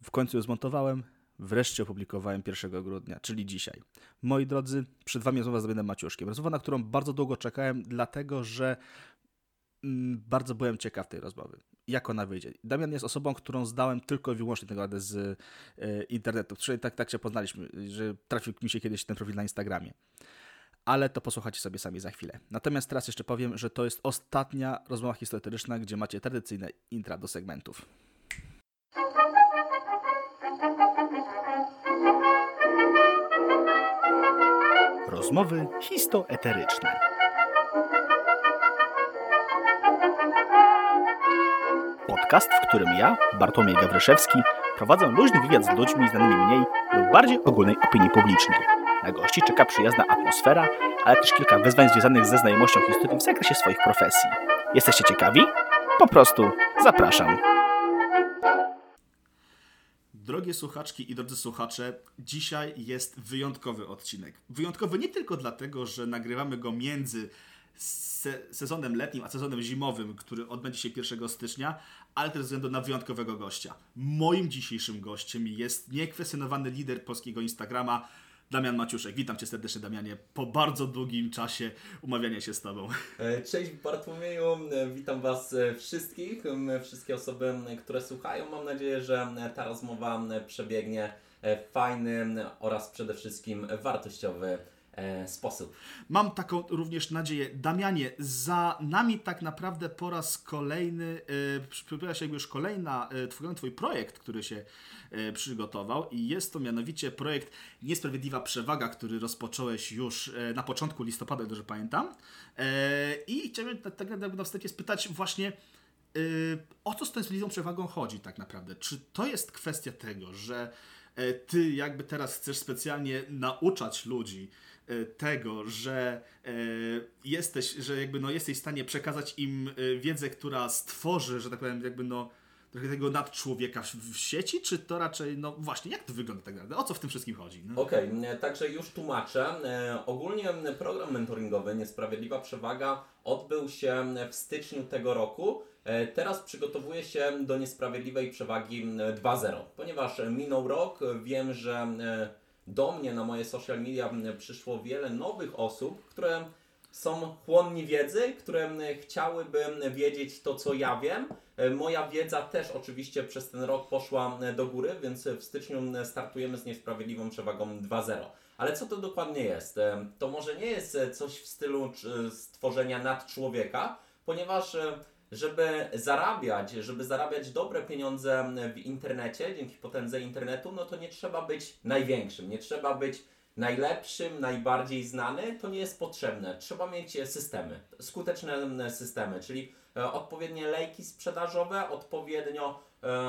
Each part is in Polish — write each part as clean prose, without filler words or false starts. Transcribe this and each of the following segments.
W końcu ją zmontowałem, wreszcie opublikowałem 1 grudnia, czyli dzisiaj. Moi drodzy, przed Wami rozmowa z Damianem Maciuszkiem. Rozmowa, na którą bardzo długo czekałem, dlatego że bardzo byłem ciekaw tej rozmowy. Jak ona wyjdzie. Damian jest osobą, którą zdałem tylko i wyłącznie tak naprawdę z internetu. Czyli tak się poznaliśmy, że trafił mi się kiedyś ten profil na Instagramie. Ale to posłuchacie sobie sami za chwilę. Natomiast teraz jeszcze powiem, że to jest ostatnia rozmowa historyczna, gdzie macie tradycyjne intra do segmentów. Rozmowy histoeteryczne. Podcast, w którym ja, Bartłomiej Gawryszewski, prowadzę luźny wywiad z ludźmi znanymi mniej lub bardziej ogólnej opinii publicznej. Na gości czeka przyjazna atmosfera, ale też kilka wyzwań związanych ze znajomością historii w zakresie swoich profesji. Jesteście ciekawi? Po prostu zapraszam. Drogie słuchaczki i drodzy słuchacze, dzisiaj jest wyjątkowy odcinek. Wyjątkowy nie tylko dlatego, że nagrywamy go między sezonem letnim a sezonem zimowym, który odbędzie się 1 stycznia, ale też ze względu na wyjątkowego gościa. Moim dzisiejszym gościem jest niekwestionowany lider polskiego Instagrama, Damian Maciuszek. Witam Cię serdecznie, Damianie, po bardzo długim czasie umawiania się z Tobą. Cześć Bartłomieju, witam Was wszystkich, wszystkie osoby, które słuchają. Mam nadzieję, że ta rozmowa przebiegnie w fajny oraz przede wszystkim wartościowy sposób. Mam taką również nadzieję. Damianie, za nami tak naprawdę po raz kolejny przypomina się jakby już Twój projekt, który się przygotował i jest to mianowicie projekt Niesprawiedliwa Przewaga, który rozpocząłeś już na początku listopada, jak dobrze pamiętam. I chciałbym tak na wstępie spytać właśnie, o co z tą Niesprawiedliwą Przewagą chodzi tak naprawdę? Czy to jest kwestia tego, że Ty jakby teraz chcesz specjalnie nauczać ludzi tego, że jesteś w stanie przekazać im wiedzę, która stworzy, że tak powiem, trochę tego nadczłowieka w sieci, czy to raczej, właśnie, jak to wygląda tak naprawdę? O co w tym wszystkim chodzi? Okej, także już tłumaczę. Ogólnie program mentoringowy Niesprawiedliwa Przewaga odbył się w styczniu tego roku. Teraz przygotowuję się do Niesprawiedliwej Przewagi 2.0. Ponieważ minął rok, wiem, że do mnie na moje social media przyszło wiele nowych osób, które są chłonni wiedzy, które chciałyby wiedzieć to, co ja wiem. Moja wiedza też oczywiście przez ten rok poszła do góry, więc w styczniu startujemy z Niesprawiedliwą Przewagą 2.0. Ale co to dokładnie jest? To może nie jest coś w stylu stworzenia nadczłowieka, ponieważ żeby zarabiać dobre pieniądze w internecie, dzięki potędze internetu, no to nie trzeba być największym, nie trzeba być najlepszym, najbardziej znany, to nie jest potrzebne. Trzeba mieć systemy, skuteczne systemy, czyli odpowiednie lejki sprzedażowe, odpowiednio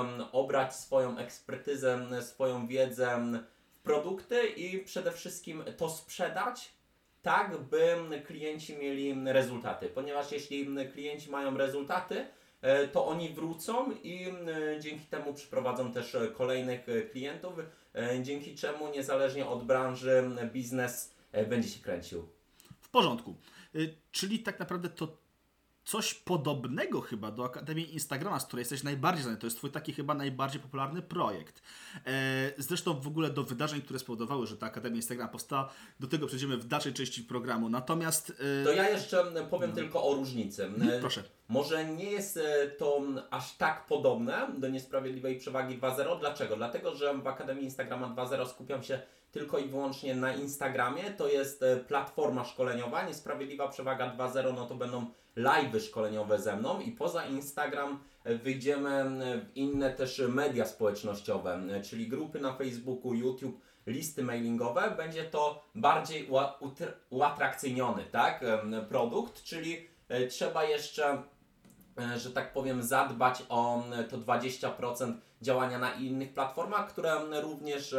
obrać swoją ekspertyzę, swoją wiedzę w produkty i przede wszystkim to sprzedać tak, by klienci mieli rezultaty. Ponieważ jeśli klienci mają rezultaty, to oni wrócą i dzięki temu przyprowadzą też kolejnych klientów, dzięki czemu niezależnie od branży biznes będzie się kręcił. W porządku. Czyli tak naprawdę to coś podobnego chyba do Akademii Instagrama, z której jesteś najbardziej znany. To jest Twój taki chyba najbardziej popularny projekt. Zresztą w ogóle do wydarzeń, które spowodowały, że ta Akademia Instagrama powstała, do tego przejdziemy w dalszej części programu. Natomiast... To ja jeszcze powiem tylko o różnicy. Proszę. Może nie jest to aż tak podobne do Niesprawiedliwej Przewagi 2.0. Dlaczego? Dlatego, że w Akademii Instagrama 2.0 skupiam się tylko i wyłącznie na Instagramie. To jest platforma szkoleniowa. Niesprawiedliwa Przewaga 2.0 no to będą live'y szkoleniowe ze mną i poza Instagram wyjdziemy w inne też media społecznościowe, czyli grupy na Facebooku, YouTube, listy mailingowe. Będzie to bardziej uatrakcyjniony, tak, produkt, czyli trzeba jeszcze, że tak powiem, zadbać o to 20% działania na innych platformach, które również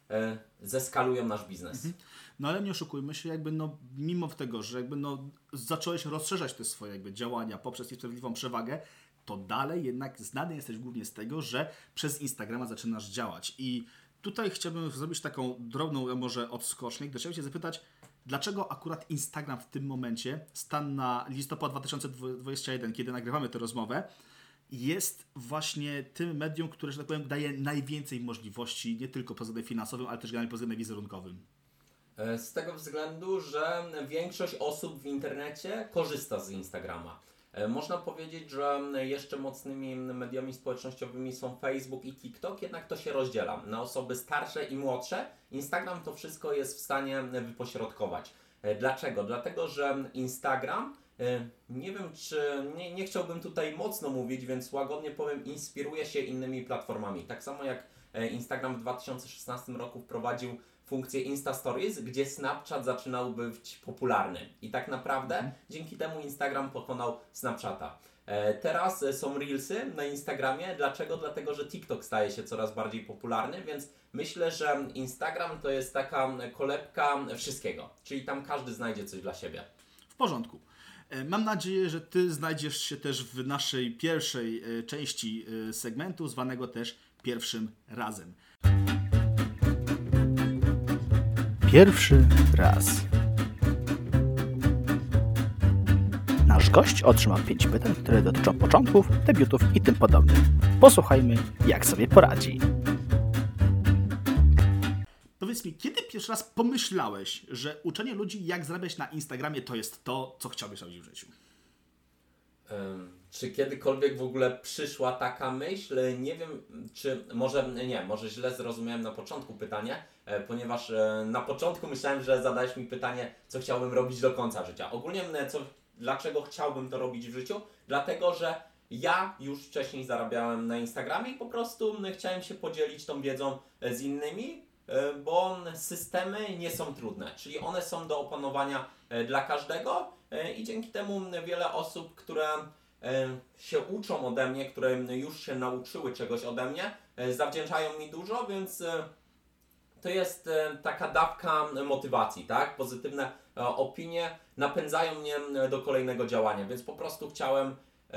zeskalują nasz biznes. No ale nie oszukujmy się, mimo tego, że zacząłeś rozszerzać te swoje działania poprzez Niesprawiedliwą Przewagę, to dalej jednak znany jesteś głównie z tego, że przez Instagrama zaczynasz działać. I tutaj chciałbym zrobić taką drobną może odskocznię, gdy chciałbym Cię zapytać, dlaczego akurat Instagram w tym momencie, stan na listopad 2021, kiedy nagrywamy tę rozmowę, jest właśnie tym medium, które, że tak powiem, daje najwięcej możliwości, nie tylko pod względem finansowym, ale też generalnie pod względem wizerunkowym. Z tego względu, że większość osób w internecie korzysta z Instagrama. Można powiedzieć, że jeszcze mocnymi mediami społecznościowymi są Facebook i TikTok, jednak to się rozdziela na osoby starsze i młodsze. Instagram to wszystko jest w stanie wypośrodkować. Dlaczego? Dlatego, że Instagram, nie wiem czy, nie chciałbym tutaj mocno mówić, więc łagodnie powiem, inspiruje się innymi platformami. Tak samo jak Instagram w 2016 roku wprowadził funkcję Insta Stories, gdzie Snapchat zaczynał być popularny. I tak naprawdę dzięki temu Instagram pokonał Snapchata. Teraz są Reelsy na Instagramie. Dlaczego? Dlatego, że TikTok staje się coraz bardziej popularny, więc myślę, że Instagram to jest taka kolebka wszystkiego. Czyli tam każdy znajdzie coś dla siebie. W porządku. Mam nadzieję, że Ty znajdziesz się też w naszej pierwszej części segmentu, zwanego też pierwszym razem. Pierwszy raz. Nasz gość otrzymał 5 pytań, które dotyczą początków, debiutów i tym podobnych. Posłuchajmy, jak sobie poradzi. Powiedz mi, kiedy pierwszy raz pomyślałeś, że uczenie ludzi, jak zarabiać na Instagramie, to jest to, co chciałbyś robić w życiu? Czy kiedykolwiek w ogóle przyszła taka myśl? Nie wiem, czy może źle zrozumiałem na początku pytanie, ponieważ na początku myślałem, że zadałeś mi pytanie, co chciałbym robić do końca życia. Ogólnie dlaczego chciałbym to robić w życiu? Dlatego, że ja już wcześniej zarabiałem na Instagramie i po prostu chciałem się podzielić tą wiedzą z innymi, bo systemy nie są trudne, czyli one są do opanowania dla każdego i dzięki temu wiele osób, które się uczą ode mnie, które już się nauczyły czegoś ode mnie, zawdzięczają mi dużo, więc to jest taka dawka motywacji, tak? Pozytywne opinie napędzają mnie do kolejnego działania, więc po prostu chciałem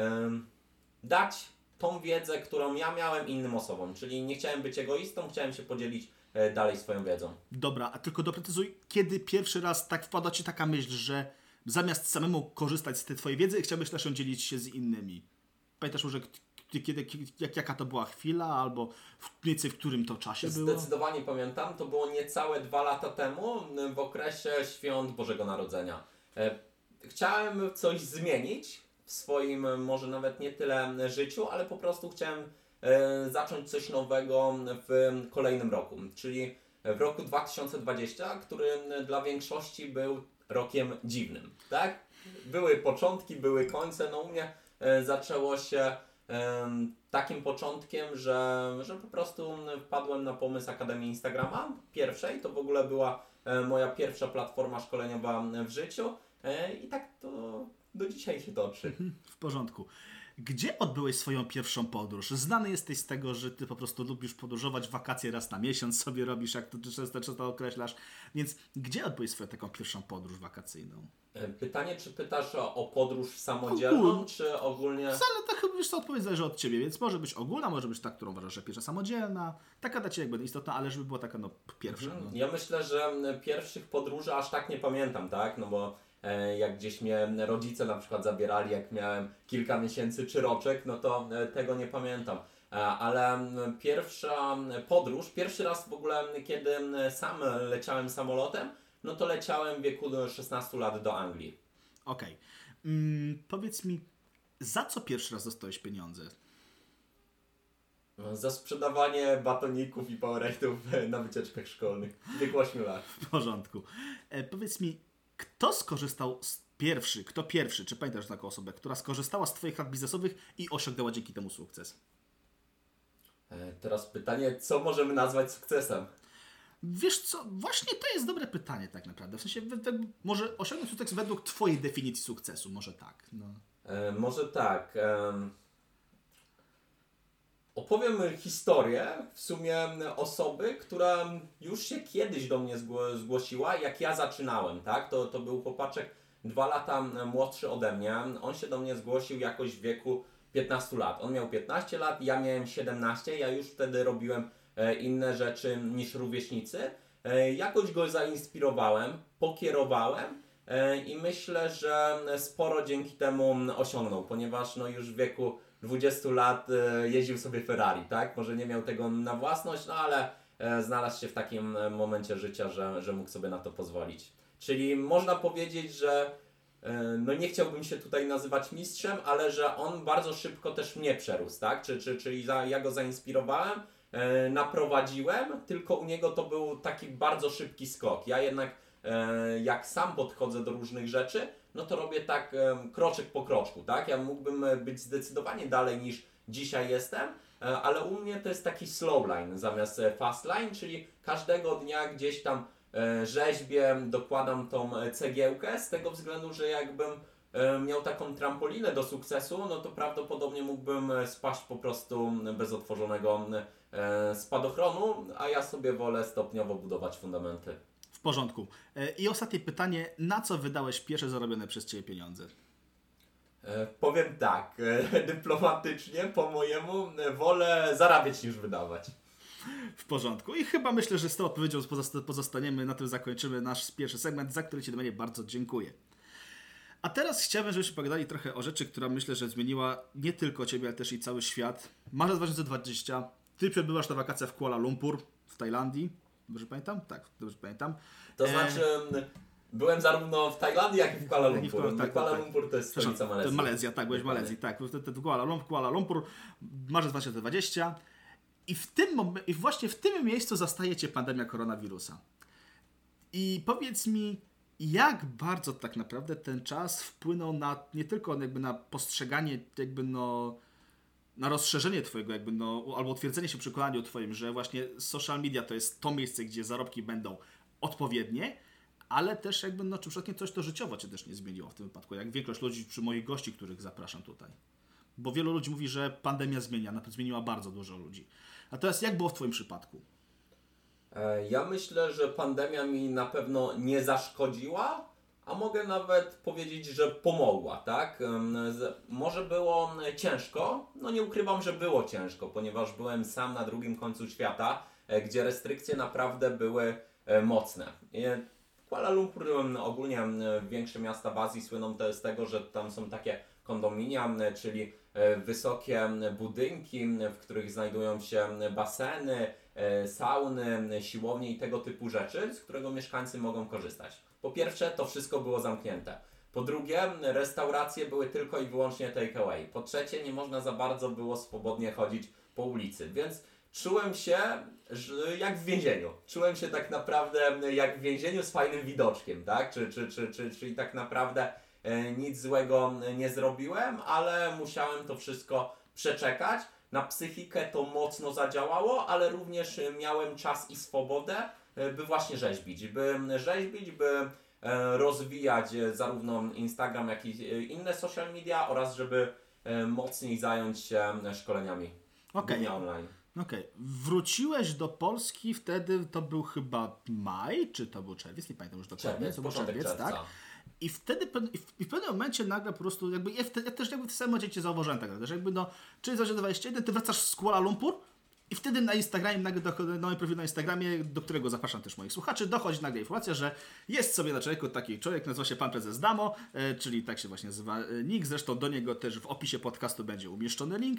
dać tą wiedzę, którą ja miałem innym osobom, czyli nie chciałem być egoistą, chciałem się podzielić dalej swoją wiedzą. Dobra, a tylko doprecyzuj, kiedy pierwszy raz tak wpadła Ci taka myśl, że zamiast samemu korzystać z tej Twojej wiedzy, chciałbyś też ją dzielić się z innymi? Pamiętasz może, jaka to była chwila, albo mniej więcej w którym to czasie było? Zdecydowanie pamiętam, to było niecałe 2 lata temu, w okresie świąt Bożego Narodzenia. Chciałem coś zmienić w swoim, może nawet nie tyle życiu, ale po prostu chciałem zacząć coś nowego w kolejnym roku, czyli w roku 2020, który dla większości był rokiem dziwnym, tak? Były początki, były końce, no u mnie zaczęło się takim początkiem, że po prostu wpadłem na pomysł Akademii Instagrama pierwszej, to w ogóle była moja pierwsza platforma szkoleniowa w życiu i tak to do dzisiaj się toczy. W porządku. Gdzie odbyłeś swoją pierwszą podróż? Znany jesteś z tego, że Ty po prostu lubisz podróżować, wakacje raz na miesiąc sobie robisz, jak to często określasz. Więc gdzie odbyłeś swoją taką pierwszą podróż wakacyjną? Pytanie, czy pytasz o podróż samodzielną, czy ogólnie? Wcale tak chyba, wiesz co, odpowiedź zależy od Ciebie, więc może być ogólna, może być ta, którą uważasz, że pierwsza samodzielna. Taka dla Ciebie jakby istotna, ale żeby była taka pierwsza. No. Ja myślę, że pierwszych podróży aż tak nie pamiętam, tak? No bo jak gdzieś mnie rodzice na przykład zabierali, jak miałem kilka miesięcy czy roczek, no to tego nie pamiętam. Ale pierwsza podróż, pierwszy raz w ogóle, kiedy sam leciałem samolotem, no to leciałem w wieku do 16 lat do Anglii. Okej. Powiedz mi, za co pierwszy raz dostałeś pieniądze? Za sprzedawanie batoników i Powerade na wycieczkach szkolnych w wieku 8 lat. W porządku. Powiedz mi, kto pierwszy, czy pamiętasz taką osobę, która skorzystała z Twoich rad biznesowych i osiągnęła dzięki temu sukces? Teraz pytanie, co możemy nazwać sukcesem? Wiesz co, właśnie to jest dobre pytanie tak naprawdę. W sensie, może osiągnąć sukces według Twojej definicji sukcesu, może tak. No. Może tak. Opowiem historię w sumie osoby, która już się kiedyś do mnie zgłosiła, jak ja zaczynałem, tak? To był chłopaczek 2 lata młodszy ode mnie. On się do mnie zgłosił jakoś w wieku 15 lat. On miał 15 lat, ja miałem 17, ja już wtedy robiłem inne rzeczy niż rówieśnicy. Jakoś go zainspirowałem, pokierowałem i myślę, że sporo dzięki temu osiągnął, ponieważ no już w wieku 20 lat jeździł sobie Ferrari, tak? Może nie miał tego na własność, no ale znalazł się w takim momencie życia, że mógł sobie na to pozwolić. Czyli można powiedzieć, że no nie chciałbym się tutaj nazywać mistrzem, ale że on bardzo szybko też mnie przerósł, tak? Czyli ja go zainspirowałem, naprowadziłem, tylko u niego to był taki bardzo szybki skok. Ja jednak jak sam podchodzę do różnych rzeczy, no to robię tak kroczek po kroczku, tak? Ja mógłbym być zdecydowanie dalej niż dzisiaj jestem, ale u mnie to jest taki slow line zamiast fast line, czyli każdego dnia gdzieś tam rzeźbię, dokładam tą cegiełkę z tego względu, że jakbym miał taką trampolinę do sukcesu, no to prawdopodobnie mógłbym spaść po prostu bez otworzonego spadochronu, a ja sobie wolę stopniowo budować fundamenty. W porządku. I ostatnie pytanie, na co wydałeś pierwsze zarobione przez Ciebie pieniądze? Powiem tak, dyplomatycznie po mojemu wolę zarabiać niż wydawać. W porządku. I chyba myślę, że z tą odpowiedzią pozostaniemy, na tym zakończymy nasz pierwszy segment, za który Ci do mnie bardzo dziękuję. A teraz chciałbym, żebyśmy pogadali trochę o rzeczy, która myślę, że zmieniła nie tylko Ciebie, ale też i cały świat. Marzec 2020, Ty przebywasz na wakacjach w Kuala Lumpur w Tajlandii. Dobrze pamiętam? Tak, dobrze pamiętam. To znaczy... Byłem zarówno w Tajlandii, jak i w Kuala Lumpur. Tak, Kuala Lumpur to jest stolica Malezji. Malezja, tak, byłeś w Malezji, tak. W Kuala Lumpur, marzec 2020. I właśnie w tym miejscu zastaje Cię pandemia koronawirusa. I powiedz mi, jak bardzo tak naprawdę ten czas wpłynął na nie tylko jakby na postrzeganie, jakby no, na rozszerzenie Twojego, jakby no, albo utwierdzenie się w przekonaniu Twoim, że właśnie social media to jest to miejsce, gdzie zarobki będą odpowiednie, ale też jakby, no, czy przypadkiem coś to życiowo Cię też nie zmieniło w tym wypadku, jak większość ludzi przy moich gości, których zapraszam tutaj. Bo wielu ludzi mówi, że pandemia zmieniła bardzo dużo ludzi. A teraz jak było w Twoim przypadku? Ja myślę, że pandemia mi na pewno nie zaszkodziła, a mogę nawet powiedzieć, że pomogła, tak? Może było ciężko, no nie ukrywam, że było ciężko, ponieważ byłem sam na drugim końcu świata, gdzie restrykcje naprawdę były mocne. Kuala Lumpur, ogólnie większe miasta w Azji słyną z tego, że tam są takie kondominia, czyli wysokie budynki, w których znajdują się baseny, sauny, siłownie i tego typu rzeczy, z którego mieszkańcy mogą korzystać. Po pierwsze, to wszystko było zamknięte. Po drugie, restauracje były tylko i wyłącznie take away. Po trzecie, nie można za bardzo było swobodnie chodzić po ulicy, więc czułem się jak w więzieniu. Czułem się tak naprawdę jak w więzieniu z fajnym widoczkiem, tak? Czyli tak naprawdę nic złego nie zrobiłem, ale musiałem to wszystko przeczekać. Na psychikę to mocno zadziałało, ale również miałem czas i swobodę, by właśnie rzeźbić, by rozwijać zarówno Instagram, jak i inne social media oraz żeby mocniej zająć się szkoleniami online. Okej. Wróciłeś do Polski, wtedy to był chyba maj, czy to był czerwiec, nie pamiętam już dokładnie. To był czerwiec, tak? I wtedy w pewnym momencie nagle po prostu, jakby ja też jakby w tym samym momencie Cię zauważyłem tak naprawdę, że jakby no, czyli 2021, Ty wracasz z Kuala Lumpur i wtedy na Instagramie, nagle na moim profilu na Instagramie, do którego zapraszam też moich słuchaczy, dochodzi nagle informacja, że jest sobie na człowieku taki człowiek, nazywa się Pan Prezes Damo, czyli tak się właśnie nazywa nick, zresztą do niego też w opisie podcastu będzie umieszczony link.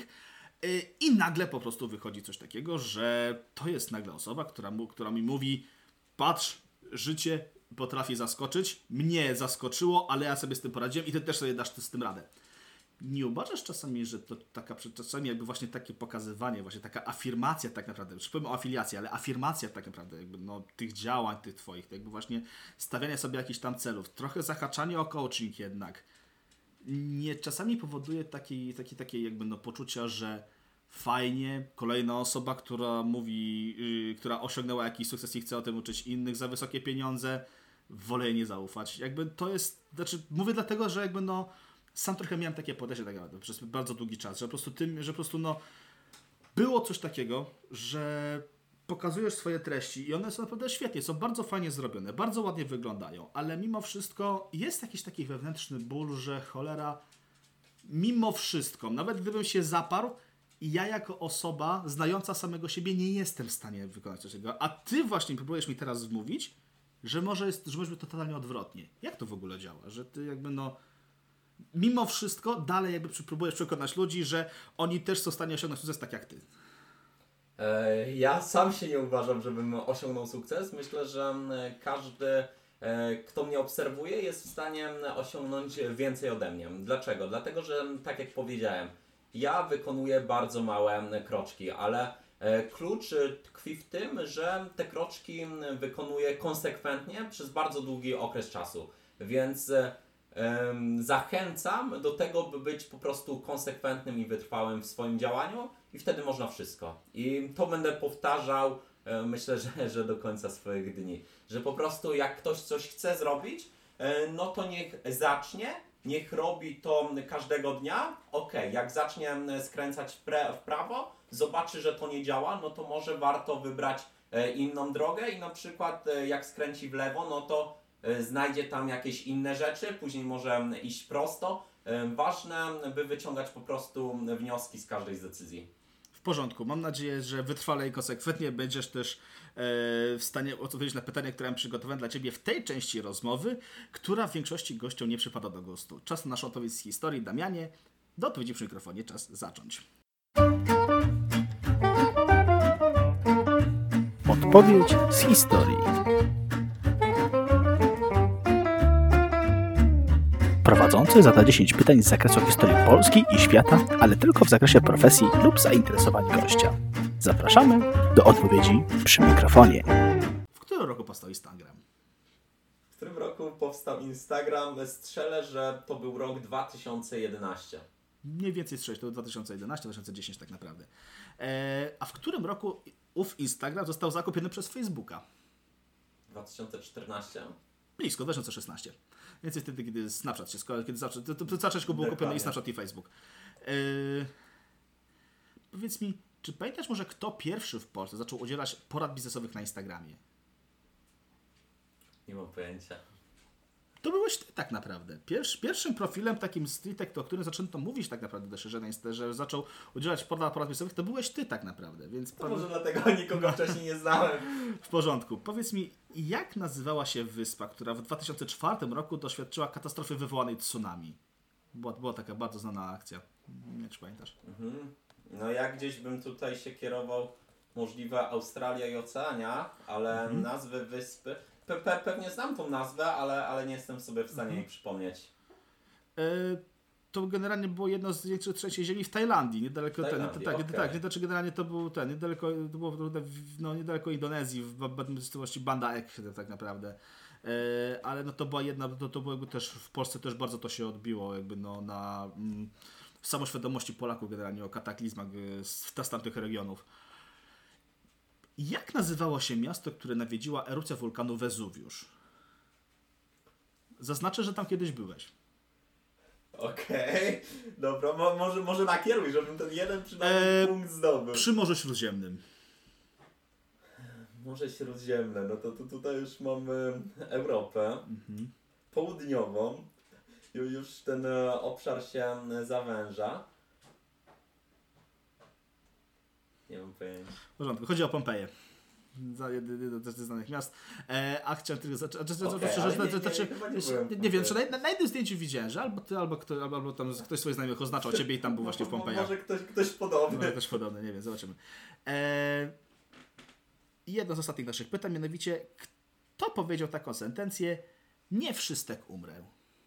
I nagle po prostu wychodzi coś takiego, że to jest nagle osoba, która mi mówi: patrz, życie potrafi zaskoczyć, mnie zaskoczyło, ale ja sobie z tym poradziłem i Ty też sobie dasz z tym radę. Nie uważasz czasami, że to czasami jakby właśnie takie pokazywanie, właśnie taka afirmacja tak naprawdę, już powiem o afiliacji, ale afirmacja tak naprawdę jakby no, tych działań, tych Twoich, jakby właśnie stawianie sobie jakichś tam celów, trochę zahaczanie o coaching jednak, nie czasami powoduje takie jakby no poczucia, że fajnie, kolejna osoba, która mówi, która osiągnęła jakiś sukces i chce o tym uczyć innych za wysokie pieniądze, wolę jej nie zaufać. Jakby to jest, znaczy mówię dlatego, że jakby no sam trochę miałem takie podejście tak naprawdę przez bardzo długi czas, że po prostu no było coś takiego, że pokazujesz swoje treści i one są naprawdę świetnie, są bardzo fajnie zrobione, bardzo ładnie wyglądają, ale mimo wszystko jest jakiś taki wewnętrzny ból, że cholera, mimo wszystko, nawet gdybym się zaparł, i ja jako osoba znająca samego siebie nie jestem w stanie wykonać coś takiego, a Ty właśnie próbujesz mi teraz wmówić, że może być to totalnie odwrotnie. Jak to w ogóle działa? Że Ty jakby no mimo wszystko dalej jakby próbujesz przekonać ludzi, że oni też są w stanie osiągnąć sukces tak jak ty? Ja sam się nie uważam, żebym osiągnął sukces. Myślę, że każdy, kto mnie obserwuje, jest w stanie osiągnąć więcej ode mnie. Dlaczego? Dlatego, że tak jak powiedziałem, ja wykonuję bardzo małe kroczki, ale klucz tkwi w tym, że te kroczki wykonuję konsekwentnie przez bardzo długi okres czasu. Więc zachęcam do tego, by być po prostu konsekwentnym i wytrwałym w swoim działaniu i wtedy można wszystko. I to będę powtarzał, myślę, że do końca swoich dni. Że po prostu jak ktoś coś chce zrobić, no to niech zacznie, niech robi to każdego dnia. Jak zacznie skręcać w prawo, zobaczy, że to nie działa, no to może warto wybrać inną drogę i na przykład jak skręci w lewo, no to znajdzie tam jakieś inne rzeczy, później może iść prosto. Ważne, by wyciągać po prostu wnioski z każdej z decyzji. W porządku. Mam nadzieję, że wytrwale i konsekwentnie będziesz też w stanie odpowiedzieć na pytania, które mam przygotowane dla Ciebie w tej części rozmowy, która w większości gościom nie przypada do gustu. Czas na naszą odpowiedź z historii. Damianie, do odpowiedzi przy mikrofonie czas zacząć. Odpowiedź z historii. Prowadzący zada 10 pytań z zakresu historii Polski i świata, ale tylko w zakresie profesji lub zainteresowań gościa. Zapraszamy do odpowiedzi przy mikrofonie. W którym roku powstał Instagram? W którym roku powstał Instagram? Strzelę, że to był rok 2011. Mniej więcej strzelić, to był 2011-2010 tak naprawdę. A w którym roku ów Instagram został zakupiony przez Facebooka? 2014? Blisko, 2016. Więc jest wtedy, kiedy Snapchat się skończył, kiedy Snapchat był kupiony i Snapchat i Facebook. Powiedz mi, czy pamiętasz może, kto pierwszy w Polsce zaczął udzielać porad biznesowych na Instagramie? Nie mam pojęcia. To byłeś ty tak naprawdę. Pierwszym profilem takim stricte, o którym zaczęto mówić tak naprawdę też, że zaczął udzielać porad biznesowych, to byłeś ty tak naprawdę. Więc to może dlatego nikogo wcześniej nie znałem. W porządku. Powiedz mi, jak nazywała się wyspa, która w 2004 roku doświadczyła katastrofy wywołanej tsunami? Była taka bardzo znana akcja. Nie wiem, czy pamiętasz. No ja gdzieś bym tutaj się kierował możliwe Australia i Oceania, ale nazwy wyspy... Pewnie znam tą nazwę, ale nie jestem sobie w stanie jej przypomnieć. To generalnie było jedno z większych trzęsień ziemi w Tajlandii, niedaleko generalnie to był niedaleko Indonezji, w miejscowości Banda Ek tak naprawdę. Ale no to była jedna, to było jakby też w Polsce też bardzo to się odbiło jakby na samoświadomości Polaków generalnie o kataklizmach z tamtych regionów. Jak nazywało się miasto, które nawiedziła erupcja wulkanu Wezuwiusz? Zaznaczę, że tam kiedyś byłeś. Okej, dobra, może nakieruj, żebym ten jeden przynajmniej punkt zdobył. Przy Morzu Śródziemnym. Morze Śródziemne, no to tutaj już mamy Europę południową. Już ten obszar się zawęża. Nie mam pojęcia. W porządku, chodzi o Pompeję. Jedno ze znanych miast. A chciałem tylko nie wiem, czy na jednym zdjęciu widziałem, że albo ty, albo tam ktoś swoich znajomych oznaczał ciebie i tam był właśnie w Pompejach. Może ktoś podobny. Może ktoś podobny, nie wiem, zobaczymy. Jedno z ostatnich naszych pytań, mianowicie, kto powiedział taką sentencję: nie wszystek umrę?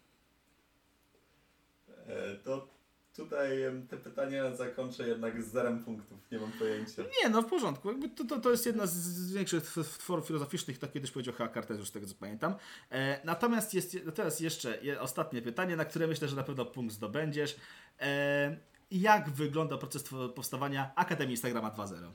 To tutaj te pytania zakończę jednak z 0 punktów, nie mam pojęcia. Nie, no w porządku. Jakby to jest jedna z większych tworów filozoficznych, tak kiedyś powiedział Kartezjusz, z tego co pamiętam. Natomiast jest teraz jeszcze ostatnie pytanie, na które myślę, że na pewno punkt zdobędziesz. Jak wygląda proces powstawania Akademii Instagrama 2.0?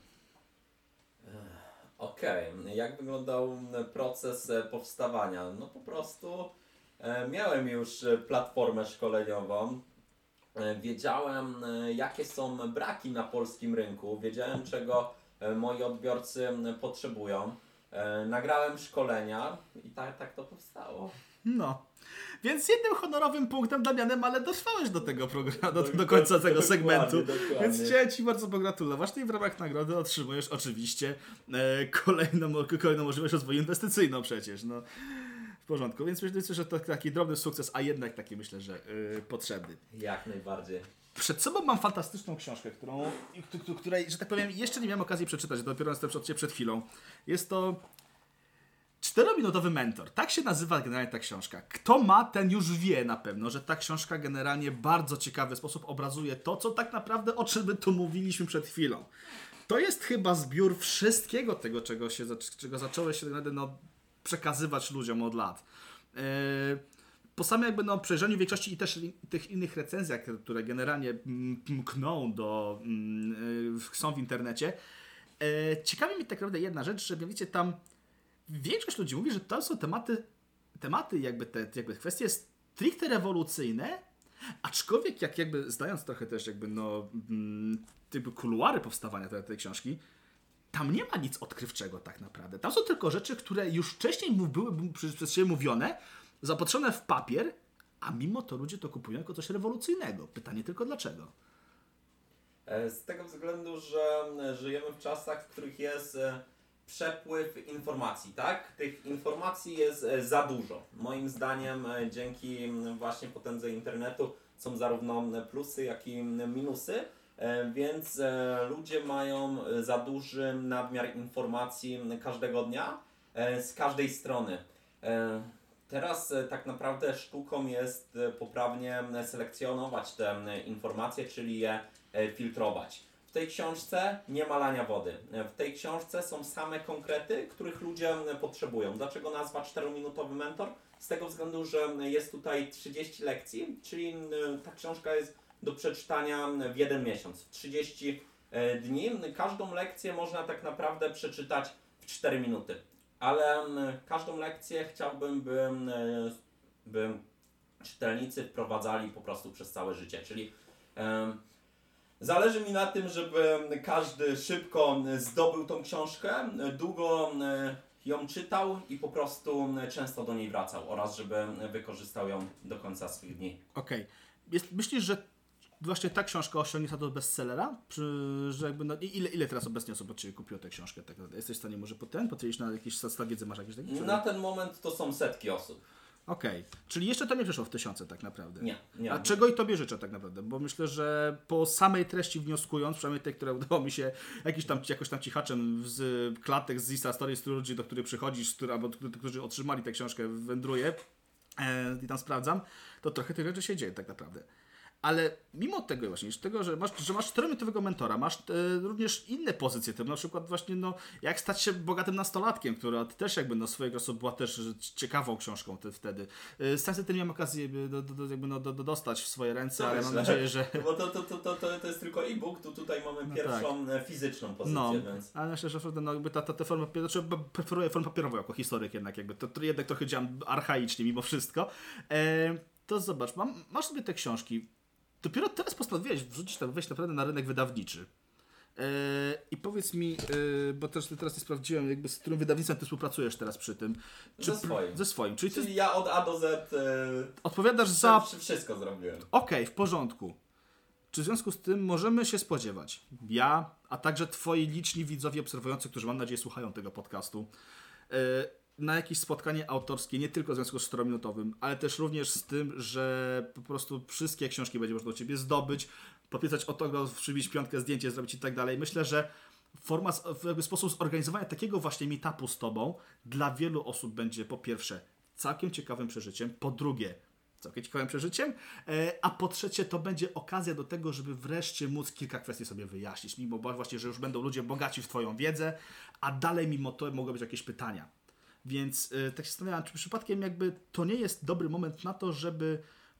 Okej, jak wyglądał proces powstawania? No po prostu miałem już platformę szkoleniową. Wiedziałem, jakie są braki na polskim rynku, wiedziałem, czego moi odbiorcy potrzebują. Nagrałem szkolenia i tak to powstało. No, więc jednym honorowym punktem, Damianem, ale dotrwałeś do tego programu, do końca tego segmentu. Dokładnie. Więc chciałem Ci bardzo pogratulować. No i w ramach nagrody otrzymujesz oczywiście kolejną możliwość rozwoju inwestycyjną przecież. No. W porządku, więc myślę, że to taki drobny sukces, a jednak taki myślę, że potrzebny. Jak najbardziej. Przed sobą mam fantastyczną książkę, której, że tak powiem, jeszcze nie miałem okazji przeczytać, dopiero jestem przed chwilą. Jest to 4-minutowy mentor. Tak się nazywa generalnie ta książka. Kto ma, ten już wie na pewno, że ta książka generalnie w bardzo ciekawy sposób obrazuje to, co tak naprawdę, o czym my tu mówiliśmy przed chwilą. To jest chyba zbiór wszystkiego tego, czego zaczęło się przekazywać ludziom od lat. Po samym przejrzeniu większości i też tych innych recenzjach, które generalnie mkną są w internecie, ciekawi mnie tak naprawdę jedna rzecz, że wiecie, tam większość ludzi mówi, że to są tematy te kwestie stricte rewolucyjne, aczkolwiek zdając trochę też kuluary powstawania tej książki, tam nie ma nic odkrywczego tak naprawdę. Tam są tylko rzeczy, które już wcześniej były przez siebie mówione, zaopatrzone w papier, a mimo to ludzie to kupują jako coś rewolucyjnego. Pytanie tylko dlaczego? Z tego względu, że żyjemy w czasach, w których jest przepływ informacji, tak? Tych informacji jest za dużo. Moim zdaniem dzięki właśnie potędze internetu są zarówno plusy, jak i minusy, więc ludzie mają za duży nadmiar informacji każdego dnia z każdej strony. Teraz tak naprawdę sztuką jest poprawnie selekcjonować te informacje, czyli je filtrować. W tej książce nie ma lania wody. W tej książce są same konkrety, których ludzie potrzebują. Dlaczego nazwa 4-minutowy mentor? Z tego względu, że jest tutaj 30 lekcji, czyli ta książka jest do przeczytania w 1 miesiąc, 30 dni. Każdą lekcję można tak naprawdę przeczytać w 4 minuty. Ale każdą lekcję chciałbym, by czytelnicy wprowadzali po prostu przez całe życie. Czyli zależy mi na tym, żeby każdy szybko zdobył tą książkę, długo ją czytał i po prostu często do niej wracał oraz żeby wykorzystał ją do końca swych dni. Okej. Myślisz, że właśnie ta książka osiągnie status bestsellera? Że ile teraz obecnie osób od Ciebie kupiło tę książkę? Tak, jesteś w stanie może potwierdzić na jakiś staw wiedzy? Masz jakieś takie? Na ten moment to są setki osób. Okej. Czyli jeszcze to nie przeszło w 1000 tak naprawdę. Nie. A czego i Tobie życzę tak naprawdę? Bo myślę, że po samej treści wnioskując, przynajmniej tej, które udało mi się jakoś tam cichaczem z klatek z Insta Stories, z ludzi, do których przychodzisz, albo którzy otrzymali tę książkę, wędruję i tam sprawdzam, to trochę tych rzeczy się dzieje tak naprawdę. Ale mimo tego właśnie, że masz 4-minutowego mentora, masz również inne pozycje, typu na przykład właśnie jak stać się bogatym nastolatkiem, która też swojego czasu była też ciekawą książką wtedy. Sam nie miałem okazji dostać w swoje ręce, ale mam nadzieję, że... Bo to jest tylko e-book, tutaj mamy pierwszą fizyczną pozycję, więc... Ale myślę, że ta forma, preferuję formę papierową jako historyk jednak, to jednak trochę działam archaicznie mimo wszystko. To zobacz, masz sobie te książki. Dopiero teraz postanowiłeś wejść naprawdę na rynek wydawniczy. I powiedz mi, bo też teraz nie sprawdziłem, z którym wydawnictwem ty współpracujesz teraz przy tym. Ze swoim. Czyli ja od A do Z odpowiadasz za... Wszystko zrobiłem. Okej, w porządku. Czy w związku z tym możemy się spodziewać, ja, a także twoi liczni widzowie obserwujący, którzy mam nadzieję słuchają tego podcastu, na jakieś spotkanie autorskie, nie tylko w związku z 4-minutowym, ale też również z tym, że po prostu wszystkie książki będzie można do Ciebie zdobyć, podpisać autograf, przybić 5 zdjęcie, zrobić i tak dalej. Myślę, że sposób zorganizowania takiego właśnie meetupu z Tobą dla wielu osób będzie po pierwsze całkiem ciekawym przeżyciem, po drugie całkiem ciekawym przeżyciem, a po trzecie to będzie okazja do tego, żeby wreszcie móc kilka kwestii sobie wyjaśnić, mimo właśnie, że już będą ludzie bogaci w Twoją wiedzę, a dalej mimo to mogą być jakieś pytania. Więc tak się zastanawiam, czy przypadkiem to nie jest dobry moment na to, żeby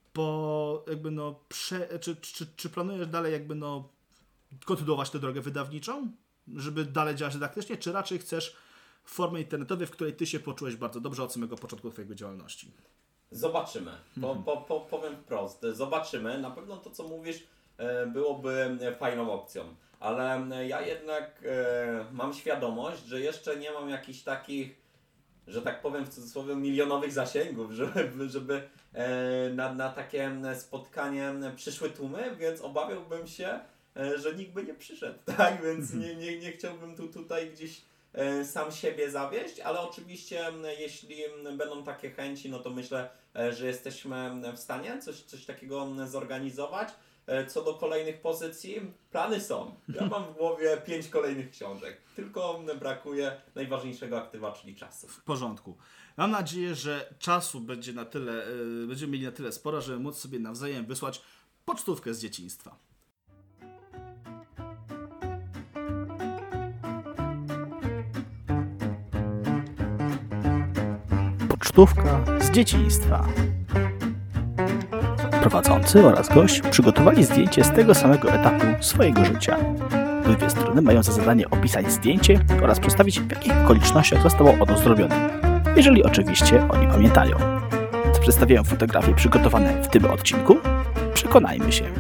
czy planujesz dalej kontynuować tę drogę wydawniczą, żeby dalej działać dydaktycznie, czy raczej chcesz w formie internetowej, w której ty się poczułeś bardzo dobrze od samego początku twojego działalności? Zobaczymy. Powiem wprost. Zobaczymy. Na pewno to, co mówisz, byłoby fajną opcją. Ale ja jednak mam świadomość, że jeszcze nie mam jakichś takich, że tak powiem w cudzysłowie, milionowych zasięgów, żeby na takie spotkanie przyszły tłumy, więc obawiałbym się, że nikt by nie przyszedł, tak? Więc nie chciałbym tutaj gdzieś sam siebie zawieść, ale oczywiście jeśli będą takie chęci, no to myślę, że jesteśmy w stanie coś takiego zorganizować. Co do kolejnych pozycji, plany są. Ja mam w głowie 5 kolejnych książek. Tylko brakuje najważniejszego aktywa, czyli czasu. W porządku. Mam nadzieję, że czasu będzie na tyle, będziemy mieli na tyle sporo, żeby móc sobie nawzajem wysłać pocztówkę z dzieciństwa. Pocztówka z dzieciństwa. Prowadzący oraz gość przygotowali zdjęcie z tego samego etapu swojego życia. Obydwie strony mają za zadanie opisać zdjęcie oraz przedstawić, w jakich okolicznościach zostało ono zrobione, jeżeli oczywiście oni pamiętają. Co przedstawiają fotografie przygotowane w tym odcinku? Przekonajmy się.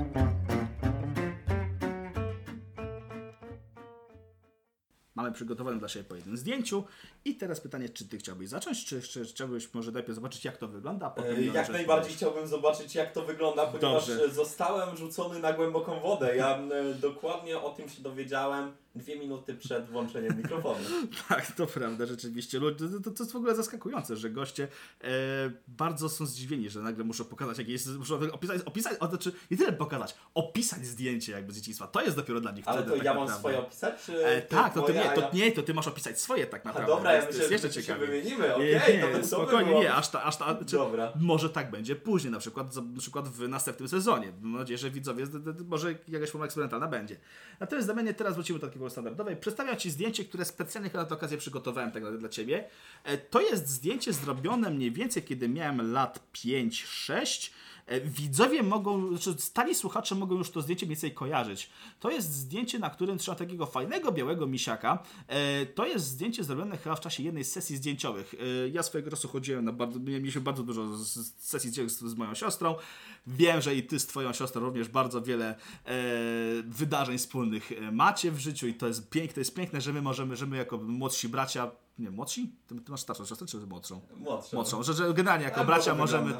Mamy przygotowane dla siebie po jednym zdjęciu i teraz pytanie, czy ty chciałbyś zacząć, czy chciałbyś może najpierw zobaczyć, jak to wygląda? A potem Jak najbardziej chciałbym zobaczyć, jak to wygląda, ponieważ zostałem rzucony na głęboką wodę. Ja dokładnie o tym się dowiedziałem 2 minuty przed włączeniem mikrofonu. Tak, to prawda, rzeczywiście. To jest w ogóle zaskakujące, że goście bardzo są zdziwieni, że nagle muszą pokazać jakieś, muszą opisać, znaczy nie tyle pokazać, opisać zdjęcie jakby z dzieciństwa. To jest dopiero dla nich ale wtedy, to ja mam swoje opisać? Czy tak, to ty masz opisać swoje tak naprawdę. A dobra, ja myślę, że się wymienimy, okej, to spokojnie, nie, dobra. Może tak będzie później, na przykład w następnym sezonie. Mam nadzieję, że widzowie, może jakaś forma eksperymentalna będzie. Natomiast Damianie, teraz wrócimy do takiej standardowej. Przedstawiam Ci zdjęcie, które specjalnie na tę okazję przygotowałem tak dla Ciebie. To jest zdjęcie zrobione mniej więcej, kiedy miałem lat 5-6. Widzowie mogą, znaczy stali słuchacze mogą już to zdjęcie mniej więcej kojarzyć. To jest zdjęcie, na którym trzyma takiego fajnego, białego misiaka. To jest zdjęcie zrobione chyba w czasie jednej z sesji zdjęciowych. Ja swojego czasu chodziłem mieliśmy bardzo dużo sesji zdjęciowych z moją siostrą. Wiem, że i ty z twoją siostrą również bardzo wiele wydarzeń wspólnych macie w życiu i to jest piękne, że my jako młodsi bracia, nie, młodsi? Ty masz starszą siostrę, czy młodszą? Młodszą. Że generalnie jako bracia możemy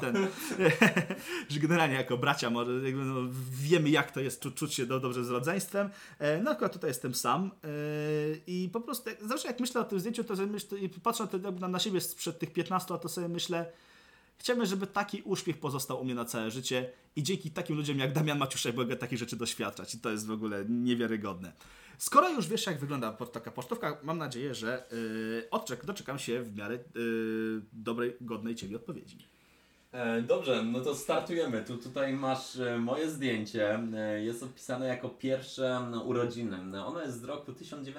że generalnie jako bracia wiemy, jak to jest czuć się dobrze z rodzeństwem. No akurat tutaj jestem sam i po prostu zawsze jak myślę o tym zdjęciu, to i patrzę na siebie sprzed tych 15 lat, to sobie myślę, chciałbym, żeby taki uśmiech pozostał u mnie na całe życie i dzięki takim ludziom jak Damian Maciuszek mogę takich rzeczy doświadczać i to jest w ogóle niewiarygodne. Skoro już wiesz, jak wygląda taka pocztówka, mam nadzieję, że doczekam się w miarę dobrej, godnej Ciebie odpowiedzi. Dobrze, no to startujemy. Tutaj masz moje zdjęcie. Jest opisane jako pierwsze urodziny. Ono jest z roku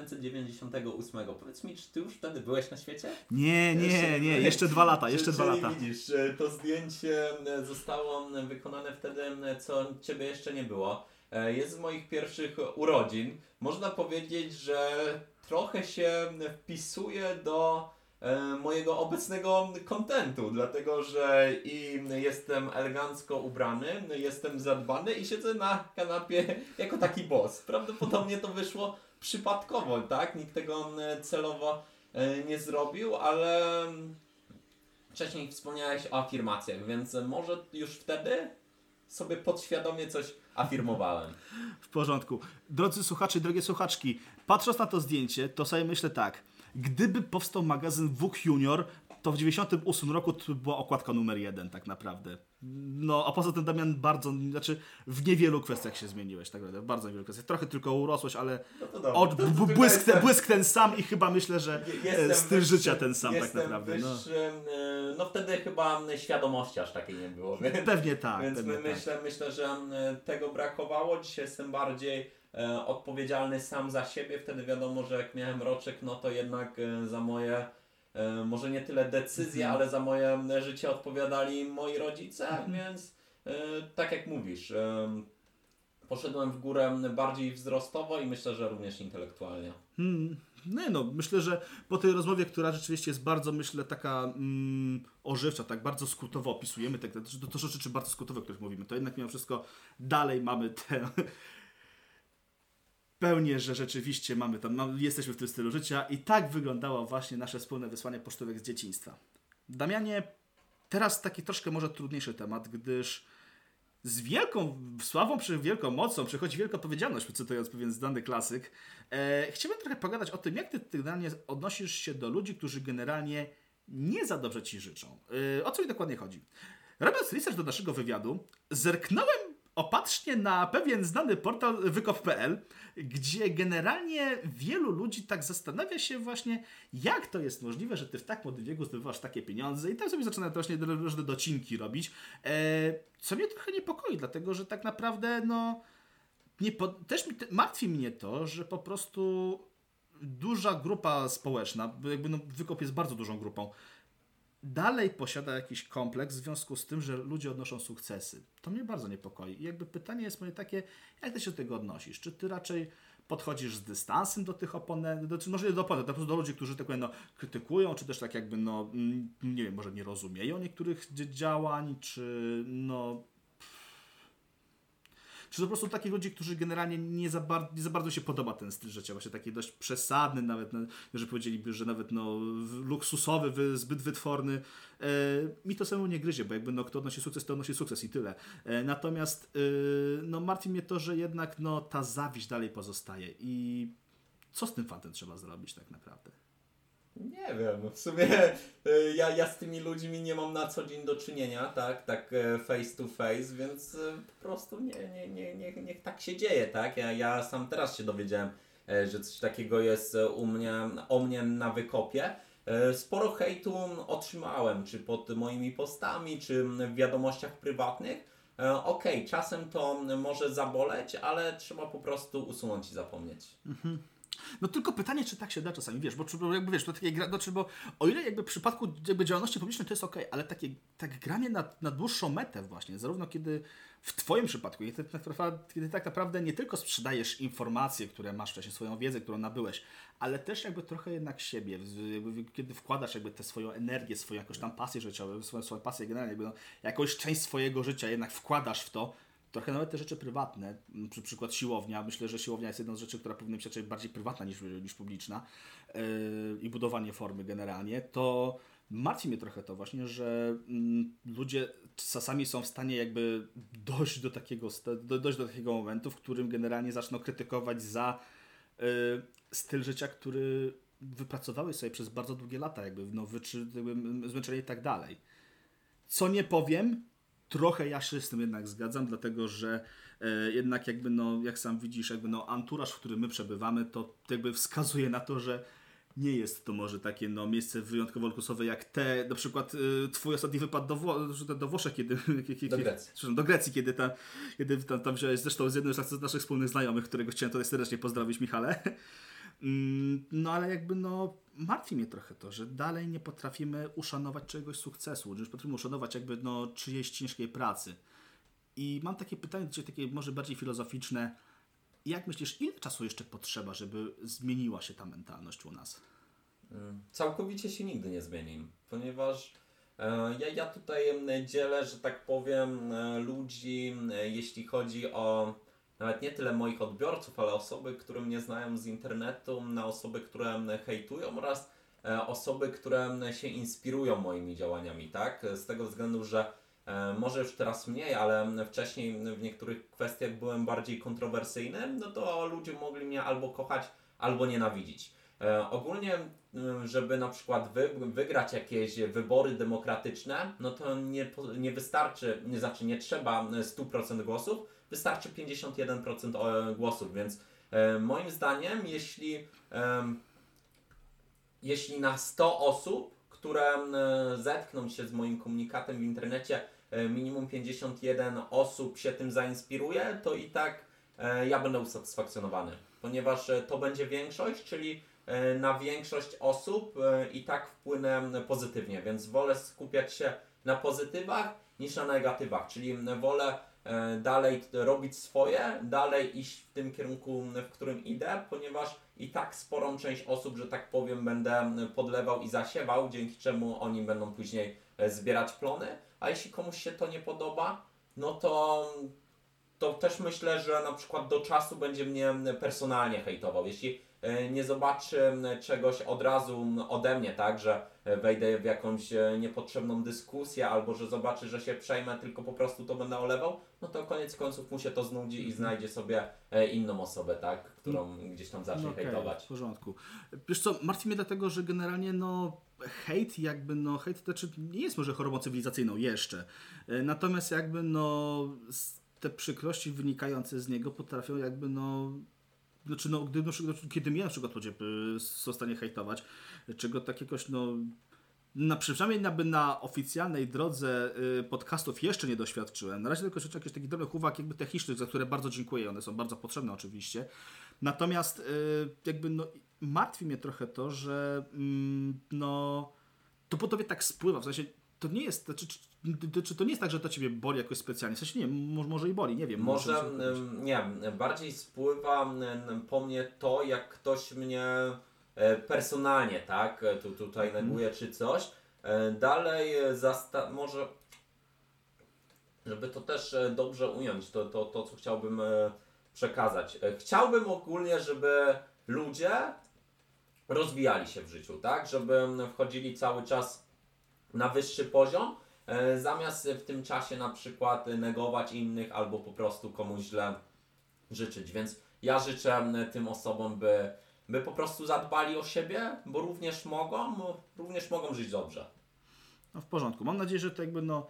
1998. Powiedz mi, czy ty już wtedy byłeś na świecie? Nie, jeszcze 2 lata, Widzisz, to zdjęcie zostało wykonane wtedy, co ciebie jeszcze nie było. Jest z moich pierwszych urodzin. Można powiedzieć, że trochę się wpisuje do mojego obecnego kontentu, dlatego że i jestem elegancko ubrany, jestem zadbany i siedzę na kanapie jako taki boss. Prawdopodobnie to wyszło przypadkowo, tak? Nikt tego celowo nie zrobił, ale wcześniej wspomniałeś o afirmacjach, więc może już wtedy sobie podświadomie coś afirmowałem. W porządku. Drodzy słuchacze, drogie słuchaczki, patrząc na to zdjęcie, to sobie myślę tak. Gdyby powstał magazyn Vogue Junior, to w 98 roku to była okładka numer 1 tak naprawdę. No, a poza tym Damian w niewielu kwestiach się zmieniłeś, tak naprawdę, w bardzo niewielu kwestiach. Trochę tylko urosłeś, ale błysk ten sam i chyba myślę, że styl życia ten sam tak naprawdę. No wtedy chyba świadomości aż takiej nie było. Pewnie tak. Więc myślę, że tego brakowało. Dzisiaj jestem bardziej odpowiedzialny sam za siebie. Wtedy wiadomo, że jak miałem roczek, no to jednak za moje może nie tyle decyzje, ale za moje życie odpowiadali moi rodzice, więc tak jak mówisz, poszedłem w górę bardziej wzrostowo i myślę, że również intelektualnie. Myślę, że po tej rozmowie, która rzeczywiście jest bardzo, taka ożywcza, tak bardzo skrótowo opisujemy, to rzeczy bardzo skrótowe, o których mówimy, to jednak mimo wszystko dalej mamy te pełnię, że rzeczywiście jesteśmy w tym stylu życia i tak wyglądało właśnie nasze wspólne wysłanie pocztówek z dzieciństwa. Damianie, teraz taki troszkę może trudniejszy temat, gdyż z wielką sławą, wielką mocą przychodzi wielka odpowiedzialność, cytując pewien znany klasyk. Chciałbym trochę pogadać o tym, jak ty generalnie odnosisz się do ludzi, którzy generalnie nie za dobrze ci życzą. O co mi dokładnie chodzi? Robiąc research do naszego wywiadu, zerknąłem opatrznie na pewien znany portal wykop.pl, gdzie generalnie wielu ludzi tak zastanawia się właśnie, jak to jest możliwe, że ty w tak młodym wieku zdobywasz takie pieniądze i tam sobie zaczynają właśnie różne docinki robić, co mnie trochę niepokoi, dlatego że tak naprawdę też martwi mnie to, że po prostu duża grupa społeczna, bo jakby wykop jest bardzo dużą grupą, dalej posiada jakiś kompleks w związku z tym, że ludzie odnoszą sukcesy. To mnie bardzo niepokoi. I jakby pytanie jest moje takie, jak ty się do tego odnosisz? Czy ty raczej podchodzisz z dystansem do tych oponentów, może nie do oponentów, po prostu do ludzi, którzy tak krytykują, czy też tak jakby, nie wiem, może nie rozumieją niektórych działań, czy czy to po prostu takich ludzi, którzy generalnie nie za bardzo się podoba ten styl życia, właśnie taki dość przesadny, nawet, że powiedzieliby, że nawet luksusowy, zbyt wytworny. Mi to samemu nie gryzie, bo jakby kto odnosi sukces, to odnosi sukces i tyle. Natomiast martwi mnie to, że jednak ta zawiść dalej pozostaje i co z tym fantem trzeba zrobić tak naprawdę? Nie wiem, w sumie ja z tymi ludźmi nie mam na co dzień do czynienia, tak face to face, więc po prostu niech tak się dzieje, tak? Ja sam teraz się dowiedziałem, że coś takiego jest o mnie na wykopie. Sporo hejtu otrzymałem, czy pod moimi postami, czy w wiadomościach prywatnych. Okej, czasem to może zaboleć, ale trzeba po prostu usunąć i zapomnieć. Mhm. No tylko pytanie, czy tak się da czasami, wiesz, bo jakby wiesz, to takie bo o ile jakby w przypadku jakby działalności publicznej to jest okej, ale tak granie na dłuższą metę właśnie, zarówno kiedy w twoim przypadku, kiedy tak naprawdę nie tylko sprzedajesz informacje, które masz wcześniej, swoją wiedzę, którą nabyłeś, ale też jakby trochę jednak siebie, kiedy wkładasz jakby tę swoją energię, swoją jakąś tam pasję życiową, swoją pasję generalnie, jakby jakąś część swojego życia jednak wkładasz w to, trochę nawet te rzeczy prywatne, przykład siłownia. Myślę, że siłownia jest jedną z rzeczy, która powinna być raczej bardziej prywatna niż publiczna i budowanie formy generalnie. To martwi mnie trochę to właśnie, że ludzie czasami są w stanie jakby dojść do takiego momentu, w którym generalnie zaczną krytykować za styl życia, który wypracowałeś sobie przez bardzo długie lata, jakby zmęczenie i tak dalej. Co nie powiem, trochę ja się z tym jednak zgadzam, dlatego że jednak jakby jak sam widzisz, jakby anturaż, w którym my przebywamy, to jakby wskazuje na to, że nie jest to może takie miejsce wyjątkowo luksusowe jak na przykład twój ostatni wypad do Włoszech, do Grecji, kiedy tam wziąłeś, zresztą z jednym z naszych wspólnych znajomych, którego chciałem tutaj serdecznie pozdrowić, Michale. Ale jakby martwi mnie trochę to, że dalej nie potrafimy uszanować czegoś sukcesu, że nie potrafimy uszanować jakby czyjejś ciężkiej pracy. I mam takie pytanie, takie może bardziej filozoficzne. Jak myślisz, ile czasu jeszcze potrzeba, żeby zmieniła się ta mentalność u nas? Całkowicie się nigdy nie zmieni, ponieważ ja tutaj dzielę, że tak powiem, ludzi, jeśli chodzi o nawet nie tyle moich odbiorców, ale osoby, które mnie znają z internetu, na osoby, które hejtują oraz osoby, które się inspirują moimi działaniami, tak? Z tego względu, że może już teraz mniej, ale wcześniej w niektórych kwestiach byłem bardziej kontrowersyjny, to ludzie mogli mnie albo kochać, albo nienawidzić. Ogólnie, żeby na przykład wygrać jakieś wybory demokratyczne, to nie wystarczy, nie trzeba 100% głosów, wystarczy 51% głosów, więc moim zdaniem, jeśli na 100 osób, które zetkną się z moim komunikatem w internecie, minimum 51 osób się tym zainspiruje, to i tak ja będę usatysfakcjonowany, ponieważ to będzie większość, czyli na większość osób i tak wpłynę pozytywnie, więc wolę skupiać się na pozytywach niż na negatywach, czyli wolę dalej robić swoje, dalej iść w tym kierunku, w którym idę, ponieważ i tak sporą część osób, że tak powiem, będę podlewał i zasiewał, dzięki czemu oni będą później zbierać plony, a jeśli komuś się to nie podoba, to też myślę, że na przykład do czasu będzie mnie personalnie hejtował. Jeśli nie zobaczy czegoś od razu ode mnie, tak, że wejdę w jakąś niepotrzebną dyskusję, albo że zobaczy, że się przejmę, tylko po prostu to będę olewał, no to koniec końców mu się to znudzi i znajdzie sobie inną osobę, tak, którą gdzieś tam zacznie hejtować. W porządku. Wiesz co, martwi mnie dlatego, że generalnie hejt hejt to znaczy nie jest może chorobą cywilizacyjną jeszcze, natomiast te przykrości wynikające z niego potrafią kiedy mnie na przykład ludzie są w stanie hejtować, czego tak jakoś przynajmniej na oficjalnej drodze podcastów jeszcze nie doświadczyłem. Na razie tylko słyszę jakieś takich drobnych uwag technicznych, za które bardzo dziękuję. One są bardzo potrzebne oczywiście. Natomiast martwi mnie trochę to, że to po tobie tak spływa. W sensie to nie jest, czy to nie jest tak, że to ciebie boli jakoś specjalnie? W sensie nie, może i boli, nie wiem. Może, nie, bardziej spływa po mnie to, jak ktoś mnie personalnie, tak, tutaj neguje czy coś. Dalej może, żeby to też dobrze ująć, to co chciałbym przekazać. Chciałbym ogólnie, żeby ludzie rozwijali się w życiu, tak, żeby wchodzili cały czas na wyższy poziom, zamiast w tym czasie na przykład negować innych albo po prostu komuś źle życzyć. Więc ja życzę tym osobom, by po prostu zadbali o siebie, bo również mogą żyć dobrze. No w porządku. Mam nadzieję, że to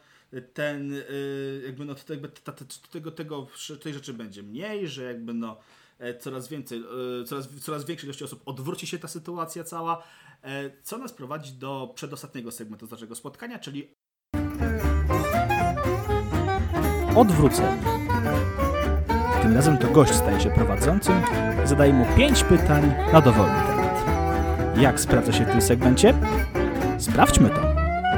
tej rzeczy będzie mniej, że coraz większej ilości osób odwróci się ta sytuacja cała, co nas prowadzi do przedostatniego segmentu naszego spotkania, czyli odwrócenie. Tym razem to gość staje się prowadzącym i zadaje mu 5 pytań na dowolny temat. Jak sprawdza się w tym segmencie? Sprawdźmy to.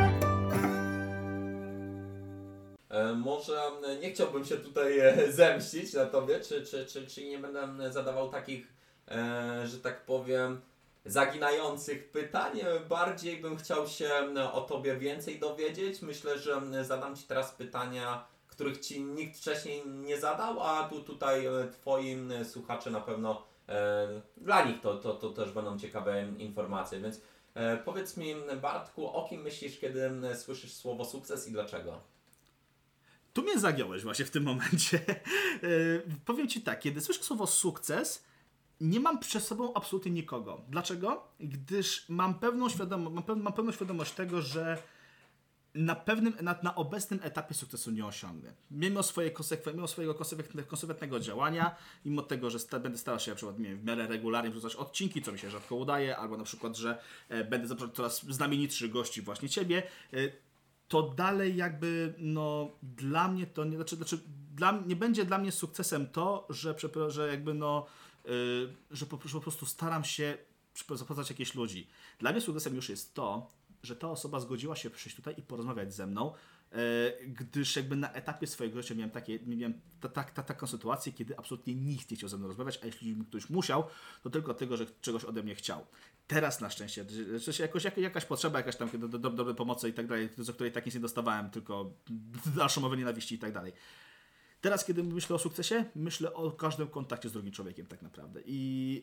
Może nie chciałbym się tutaj zemścić na tobie, czy nie będę zadawał takich, że tak powiem, zaginających pytań. Bardziej bym chciał się o tobie więcej dowiedzieć. Myślę, że zadam ci teraz pytania, których ci nikt wcześniej nie zadał, a tutaj twoim słuchacze na pewno dla nich to też będą ciekawe informacje. Więc powiedz mi, Bartku, o kim myślisz, kiedy słyszysz słowo sukces i dlaczego? Tu mnie zagiąłeś właśnie w tym momencie. Powiem ci tak, kiedy słyszę słowo sukces, nie mam przed sobą absolutnie nikogo. Dlaczego? Gdyż mam pewną świadomość tego, że na obecnym etapie sukcesu nie osiągnę. Mimo swojego konsekwentnego działania, mimo tego, że będę starał się na przykład w miarę regularnie wrzucać odcinki, co mi się rzadko udaje, albo na przykład, że będę zapraszał coraz znamienitszych gości właśnie ciebie, to dalej dla mnie to nie, nie będzie dla mnie sukcesem to, że po prostu staram się zapraszać jakieś ludzi. Dla mnie sukcesem już jest to, że ta osoba zgodziła się przyjść tutaj i porozmawiać ze mną, gdyż na etapie swojego życia miałem taką sytuację, kiedy absolutnie nikt nie chciał ze mną rozmawiać, a jeśli ktoś musiał, to tylko dlatego, że czegoś ode mnie chciał. Teraz na szczęście, jakaś potrzeba, jakaś tam dobrej pomocy i tak dalej, za której tak nic nie dostawałem, tylko dalszą mowę nienawiści i tak dalej. Teraz, kiedy myślę o sukcesie, myślę o każdym kontakcie z drugim człowiekiem tak naprawdę. I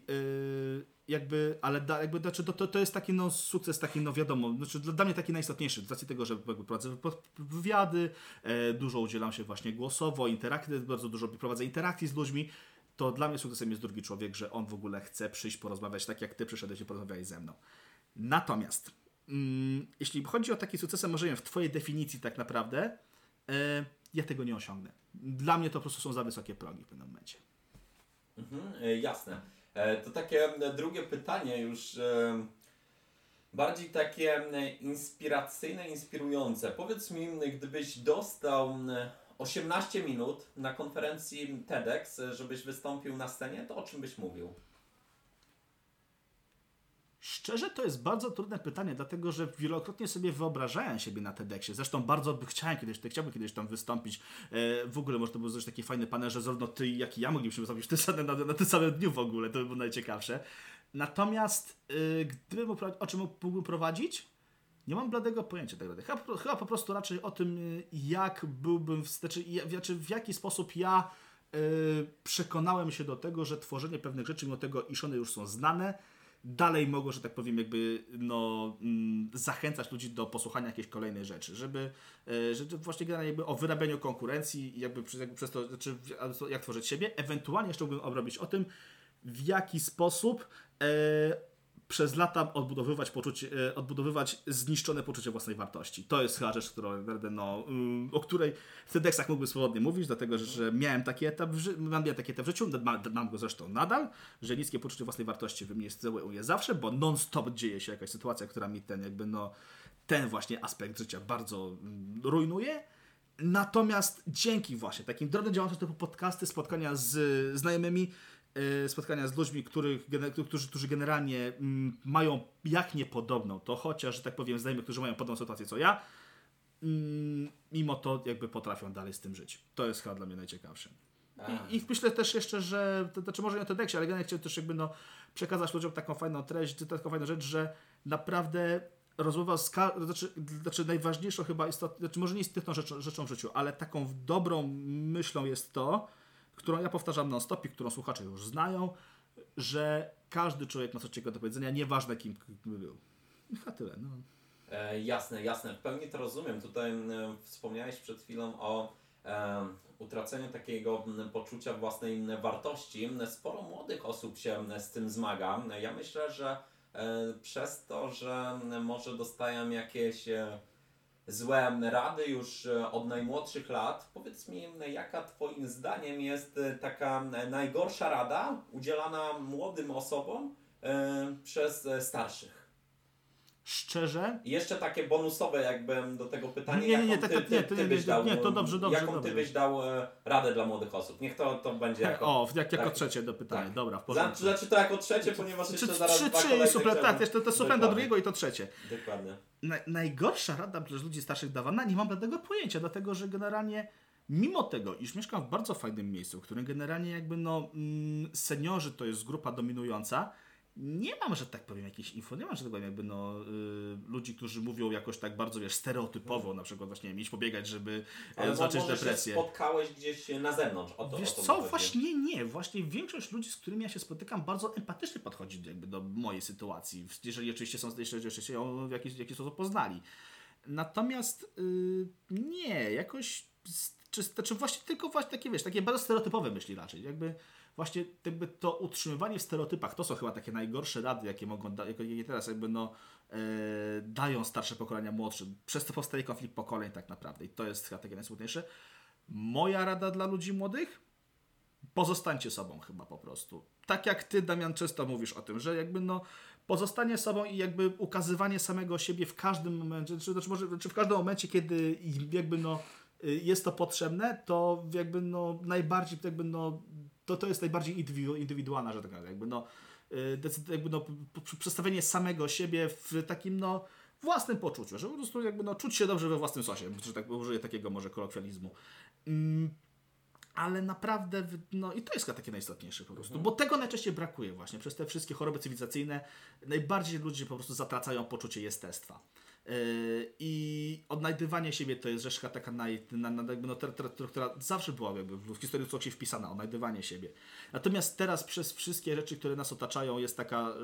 to jest taki sukces, taki wiadomo, dla mnie taki najistotniejszy, z racji tego, że prowadzę wywiady, dużo udzielam się właśnie głosowo, bardzo dużo prowadzę interakcji z ludźmi, to dla mnie sukcesem jest drugi człowiek, że on w ogóle chce przyjść porozmawiać tak, jak ty przyszedłeś i porozmawiałeś ze mną. Natomiast, jeśli chodzi o taki sukces, może nie wiem, w twojej definicji tak naprawdę, ja tego nie osiągnę. Dla mnie to po prostu są za wysokie progi w pewnym momencie. Jasne. To takie drugie pytanie już bardziej takie inspiracyjne, inspirujące. Powiedz mi, gdybyś dostał 18 minut na konferencji TEDx, żebyś wystąpił na scenie, to o czym byś mówił? Szczerze, to jest bardzo trudne pytanie, dlatego że wielokrotnie sobie wyobrażałem siebie na TEDxie. Zresztą bardzo chciałbym kiedyś tam wystąpić. W ogóle może to był też taki fajny panel, że zarówno ty, jak i ja moglibyśmy wystąpić na tym samym dniu w ogóle. To by było najciekawsze. Natomiast o czym mógłbym prowadzić? Nie mam bladego pojęcia tak naprawdę. Chyba po prostu raczej o tym, jak byłbym, w jaki sposób ja przekonałem się do tego, że tworzenie pewnych rzeczy, mimo tego, iż one już są znane, dalej mogło, że tak powiem, jakby zachęcać ludzi do posłuchania jakiejś kolejnej rzeczy, żeby właśnie generalnie jakby o wyrabianiu konkurencji, jakby przez to, znaczy jak tworzyć siebie, ewentualnie jeszcze mógłbym obrobić o tym, w jaki sposób przez lata odbudowywać zniszczone poczucie własnej wartości. To jest chyba rzecz, o której w TEDxach mógłbym swobodnie mówić, dlatego że miałem taki etap w życiu, mam go zresztą nadal, że niskie poczucie własnej wartości we mnie jest zawsze, bo non-stop dzieje się jakaś sytuacja, która mi ten właśnie aspekt życia bardzo rujnuje. Natomiast dzięki właśnie takim drobnym działaniom typu podcasty, spotkania z znajomymi, spotkania z ludźmi, którzy generalnie mają jak niepodobną, to chociaż, że tak powiem, znajomych, którzy mają podobną sytuację co ja, mimo to jakby potrafią dalej z tym żyć. To jest chyba dla mnie najciekawsze. I myślę też jeszcze, że, to znaczy może nie o TEDxie, ale generalnie chciałem też jakby przekazać ludziom taką fajną treść, taką fajną rzecz, że naprawdę rozmowa znaczy najważniejszą chyba może nie istotną rzeczą w życiu, ale taką dobrą myślą jest to, którą ja powtarzam non-stop i którą słuchacze już znają, że każdy człowiek ma coś ciekawego do powiedzenia, nieważne kim był. I chyba tyle. No. Jasne. W pełni to rozumiem. Tutaj wspomniałeś przed chwilą o utraceniu takiego poczucia własnej wartości. Sporo młodych osób się z tym zmaga. Ja myślę, że przez to, że może dostają jakieś złe rady już od najmłodszych lat. Powiedz mi, jaka Twoim zdaniem jest taka najgorsza rada udzielana młodym osobom przez starszych? Szczerze? I jeszcze takie bonusowe jakby do tego pytania, jaką Ty byś dał radę dla młodych osób? Niech to będzie jako... jako trzecie do pytania, tak. Dobra, w porządku. Znaczy to jako trzecie, ponieważ jeszcze zaraz to suplement do drugiego i to trzecie. Dokładnie. Najgorsza rada przez ludzi starszych dawana, nie mam żadnego pojęcia, dlatego że generalnie mimo tego, iż mieszkam w bardzo fajnym miejscu, w którym generalnie jakby seniorzy to jest grupa dominująca, nie mam, że tak powiem, jakiejś info, nie mam, że tak powiem, jakby ludzi, którzy mówią jakoś tak bardzo, stereotypowo, na przykład właśnie iść pobiegać, żeby zwalczyć depresję. Się spotkałeś gdzieś na zewnątrz? Właśnie nie. Właśnie większość ludzi, z którymi ja się spotykam, bardzo empatycznie podchodzi jakby do mojej sytuacji, jeżeli oczywiście ją w jakiś sposób poznali. Natomiast nie, jakoś, czy właśnie tylko takie bardzo stereotypowe myśli raczej, jakby to utrzymywanie w stereotypach, to są chyba takie najgorsze rady, jakie teraz dają starsze pokolenia młodszym. Przez to powstaje konflikt pokoleń tak naprawdę i to jest chyba takie najsmutniejsze. Moja rada dla ludzi młodych? Pozostańcie sobą chyba po prostu. Tak jak Ty, Damian, często mówisz o tym, że pozostanie sobą i jakby ukazywanie samego siebie w każdym momencie, czy w każdym momencie, kiedy jest to potrzebne, to najbardziej to jest najbardziej indywidualna rzecz, przedstawienie samego siebie w takim własnym poczuciu, że po prostu czuć się dobrze we własnym sosie, że tak użyję takiego może kolokwializmu. Ale naprawdę, i to jest takie najistotniejsze po prostu, bo tego najczęściej brakuje właśnie przez te wszystkie choroby cywilizacyjne. Najbardziej ludzie po prostu zatracają poczucie jestestwa. I odnajdywanie siebie to jest rzecz taka która zawsze była jakby w historii ludzkości wpisana, odnajdywanie siebie. Natomiast teraz przez wszystkie rzeczy, które nas otaczają, jest taka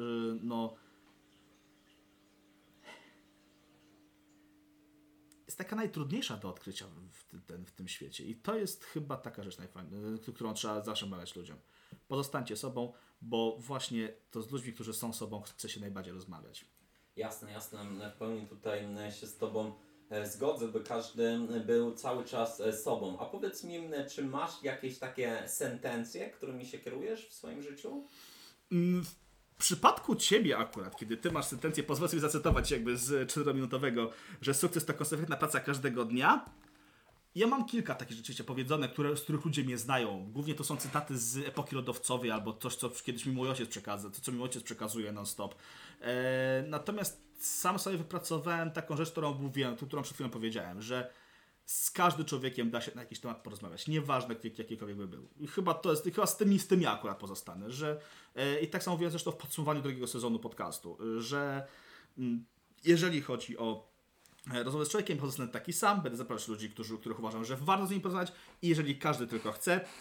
jest taka najtrudniejsza do odkrycia w tym świecie. I to jest chyba taka rzecz najfajniejsza, którą trzeba zawsze mawiać ludziom. Pozostańcie sobą, bo właśnie to z ludźmi, którzy są sobą, chce się najbardziej rozmawiać. Jasne. W pełni tutaj się z Tobą zgodzę, by każdy był cały czas sobą. A powiedz mi, czy masz jakieś takie sentencje, którymi się kierujesz w swoim życiu? W przypadku Ciebie akurat, kiedy Ty masz sentencję, pozwolę sobie zacytować jakby z 4-minutowego, że sukces to konsekwentna praca każdego dnia. Ja mam kilka takich rzeczywiście powiedzone, z których ludzie mnie znają. Głównie to są cytaty z epoki lodowcowej albo coś, co kiedyś mi mój ojciec przekazał, co mi mój ojciec przekazuje non-stop. Natomiast sam sobie wypracowałem taką rzecz, którą przed chwilą powiedziałem, że z każdym człowiekiem da się na jakiś temat porozmawiać, nieważne jakikolwiek by był. I chyba z tym ja akurat pozostanę, i tak samo mówiłem zresztą w podsumowaniu drugiego sezonu podcastu, że jeżeli chodzi o rozmowę z człowiekiem, pozostanę taki sam, będę zapraszać ludzi, których uważam, że warto z nimi porozmawiać i jeżeli każdy tylko chce,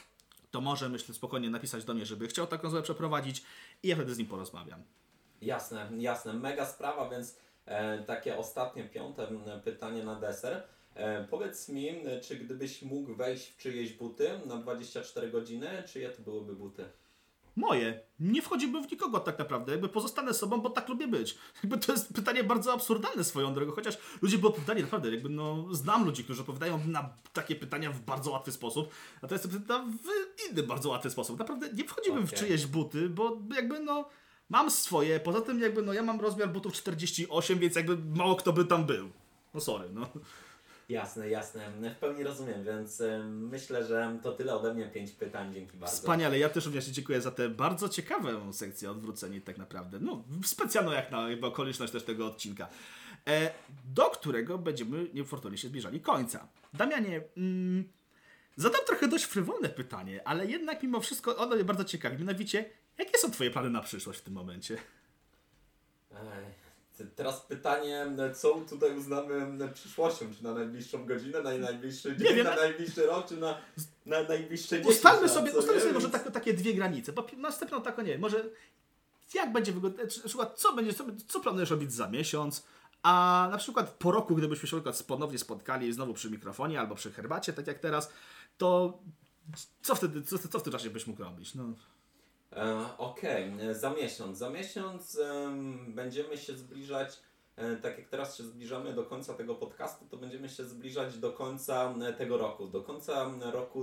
to może, myślę, spokojnie napisać do mnie, żeby chciał taką rozmowę przeprowadzić i ja wtedy z nim porozmawiam. Jasne, jasne. Mega sprawa, więc takie ostatnie, 5. pytanie na deser. Powiedz mi, czy gdybyś mógł wejść w czyjeś buty na 24 godziny, czyje to byłyby buty? Moje. Nie wchodziłbym w nikogo tak naprawdę. Jakby pozostanę sobą, bo tak lubię być. Jakby to jest pytanie bardzo absurdalne swoją drogą, chociaż ludzie by odpowiadali naprawdę, jakby znam ludzi, którzy odpowiadają na takie pytania w bardzo łatwy sposób, a to jest pytanie w inny bardzo łatwy sposób. Naprawdę nie wchodziłbym w czyjeś buty, bo jakby mam swoje, poza tym jakby ja mam rozmiar butów 48, więc jakby mało kto by tam był. Sorry. Jasne, jasne. W pełni rozumiem, więc myślę, że to tyle ode mnie. 5 pytań, dzięki bardzo. Wspaniale, ja też również dziękuję za tę bardzo ciekawą sekcję odwróceni tak naprawdę. Specjalną jak na okoliczność też tego odcinka, do którego będziemy niefortunnie się zbliżali końca. Damianie, zadam trochę dość frywolne pytanie, ale jednak mimo wszystko ono mnie bardzo ciekawi. Mianowicie, jakie są Twoje plany na przyszłość w tym momencie? Teraz pytanie, co tutaj uznamy przyszłością? Czy na najbliższą godzinę, na najbliższy dzień, na najbliższy rok, czy na najbliższe 10 lat? Ustalmy sobie może takie dwie granice. Bo następną taką, nie wiem, może jak będzie wyglądać, na przykład co planujesz robić za miesiąc, a na przykład po roku, gdybyśmy się ponownie spotkali znowu przy mikrofonie albo przy herbacie, tak jak teraz, to co wtedy, co w tym czasie byś mógł robić? Okej, za miesiąc będziemy się zbliżać, tak jak teraz się zbliżamy do końca tego podcastu, to będziemy się zbliżać do końca tego roku, do końca roku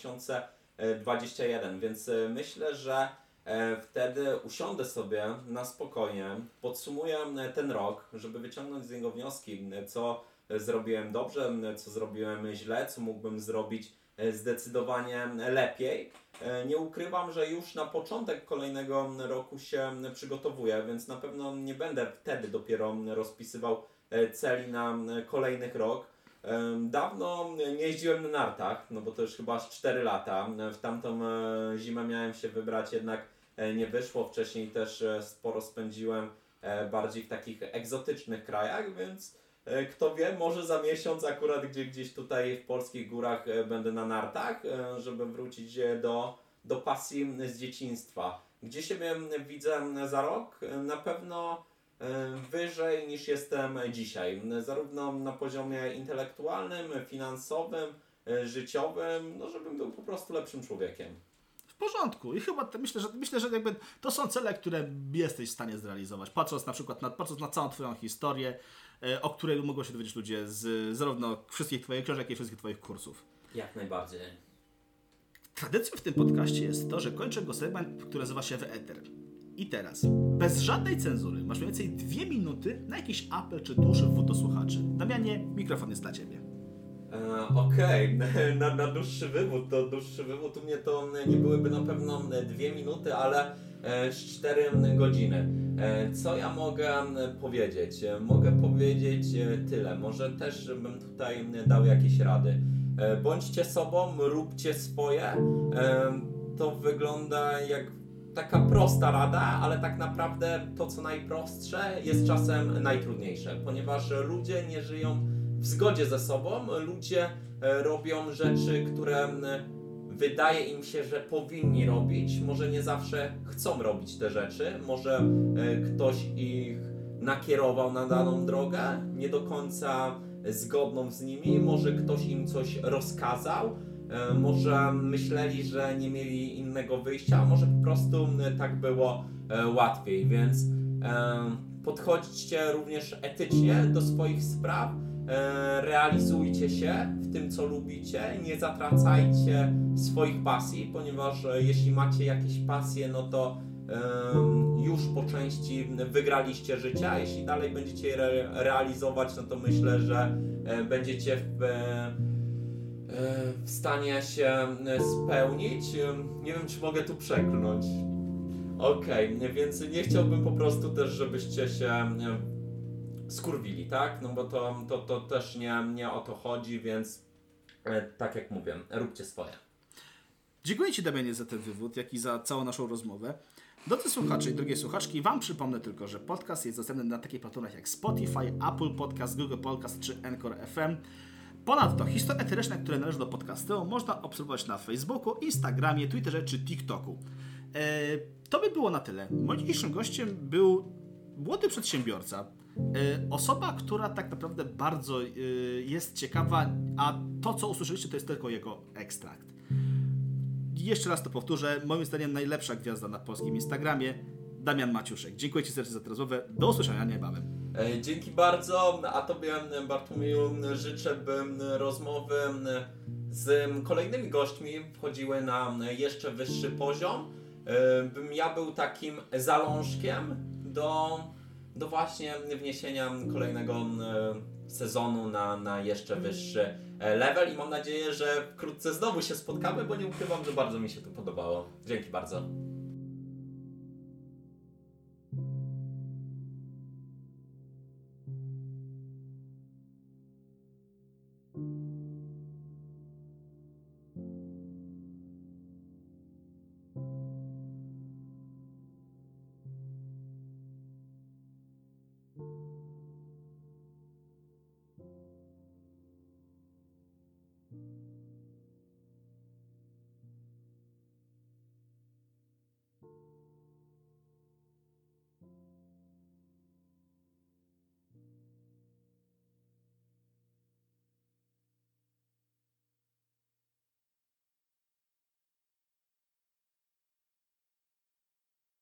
2021, więc myślę, że wtedy usiądę sobie na spokojnie, podsumuję ten rok, żeby wyciągnąć z niego wnioski, co zrobiłem dobrze, co zrobiłem źle, co mógłbym zrobić zdecydowanie lepiej. Nie ukrywam, że już na początek kolejnego roku się przygotowuję, więc na pewno nie będę wtedy dopiero rozpisywał celi na kolejny rok. Dawno nie jeździłem na nartach, bo to już chyba aż 4 lata. W tamtą zimę miałem się wybrać, jednak nie wyszło. Wcześniej też sporo spędziłem bardziej w takich egzotycznych krajach, więc kto wie, może za miesiąc akurat gdzieś tutaj w polskich górach będę na nartach, żeby wrócić do pasji z dzieciństwa. Gdzie siebie widzę za rok? Na pewno wyżej niż jestem dzisiaj. Zarówno na poziomie intelektualnym, finansowym, życiowym, żebym był po prostu lepszym człowiekiem. W porządku. I chyba myślę, że jakby to są cele, które jesteś w stanie zrealizować. Patrząc na przykład na całą Twoją historię, o której mogą się dowiedzieć ludzie z zarówno wszystkich Twoich książek, jak i wszystkich Twoich kursów. Jak najbardziej. Tradycją w tym podcaście jest to, że kończę go segment, który nazywa się Eter. I teraz, bez żadnej cenzury, masz mniej więcej 2 minuty na jakiś apel czy dłuższy wwód do słuchaczy. Damianie, mikrofon jest dla Ciebie. Okej, na dłuższy wywód u mnie to nie byłyby na pewno 2 minuty, ale 4 godziny. Co ja mogę powiedzieć? Mogę powiedzieć tyle, może też bym tutaj dał jakieś rady. Bądźcie sobą, róbcie swoje. To wygląda jak taka prosta rada, ale tak naprawdę to, co najprostsze, jest czasem najtrudniejsze, ponieważ ludzie nie żyją w zgodzie ze sobą, ludzie robią rzeczy, które wydaje im się, że powinni robić, może nie zawsze chcą robić te rzeczy, może ktoś ich nakierował na daną drogę, nie do końca zgodną z nimi, może ktoś im coś rozkazał, może myśleli, że nie mieli innego wyjścia, a może po prostu tak było łatwiej, więc podchodźcie również etycznie do swoich spraw, realizujcie się w tym, co lubicie, nie zatracajcie swoich pasji, ponieważ jeśli macie jakieś pasje, no to już po części wygraliście życie, a jeśli dalej będziecie je realizować, no to myślę, że będziecie w stanie się spełnić. Nie wiem, czy mogę tu przeklnąć. Okej, więc nie chciałbym po prostu też, żebyście się skurwili, tak? No bo to też nie o to chodzi, więc tak jak mówię, róbcie swoje. Dziękuję Ci, Damianie, za ten wywód, jak i za całą naszą rozmowę. Drodzy słuchacze i drogie słuchaczki, Wam przypomnę tylko, że podcast jest dostępny na takich platformach jak Spotify, Apple Podcast, Google Podcast czy Anchor FM. Ponadto historie eteryczne, które należą do podcastu, można obserwować na Facebooku, Instagramie, Twitterze czy TikToku. To by było na tyle. Moim dzisiejszym gościem był młody przedsiębiorca. Osoba, która tak naprawdę bardzo jest ciekawa, a to, co usłyszeliście, to jest tylko jego ekstrakt. Jeszcze raz to powtórzę. Moim zdaniem najlepsza gwiazda na polskim Instagramie, Damian Maciuszek. Dziękuję Ci serdecznie za tę rozmowę. Do usłyszenia niebawem. Dzięki bardzo, a Tobie, Bartłomieju, życzę, by rozmowy z kolejnymi gośćmi wchodziły na jeszcze wyższy poziom, bym ja był takim zalążkiem do właśnie wniesienia kolejnego sezonu na jeszcze wyższy level i mam nadzieję, że wkrótce znowu się spotkamy, bo nie ukrywam, że bardzo mi się to podobało. Dzięki bardzo.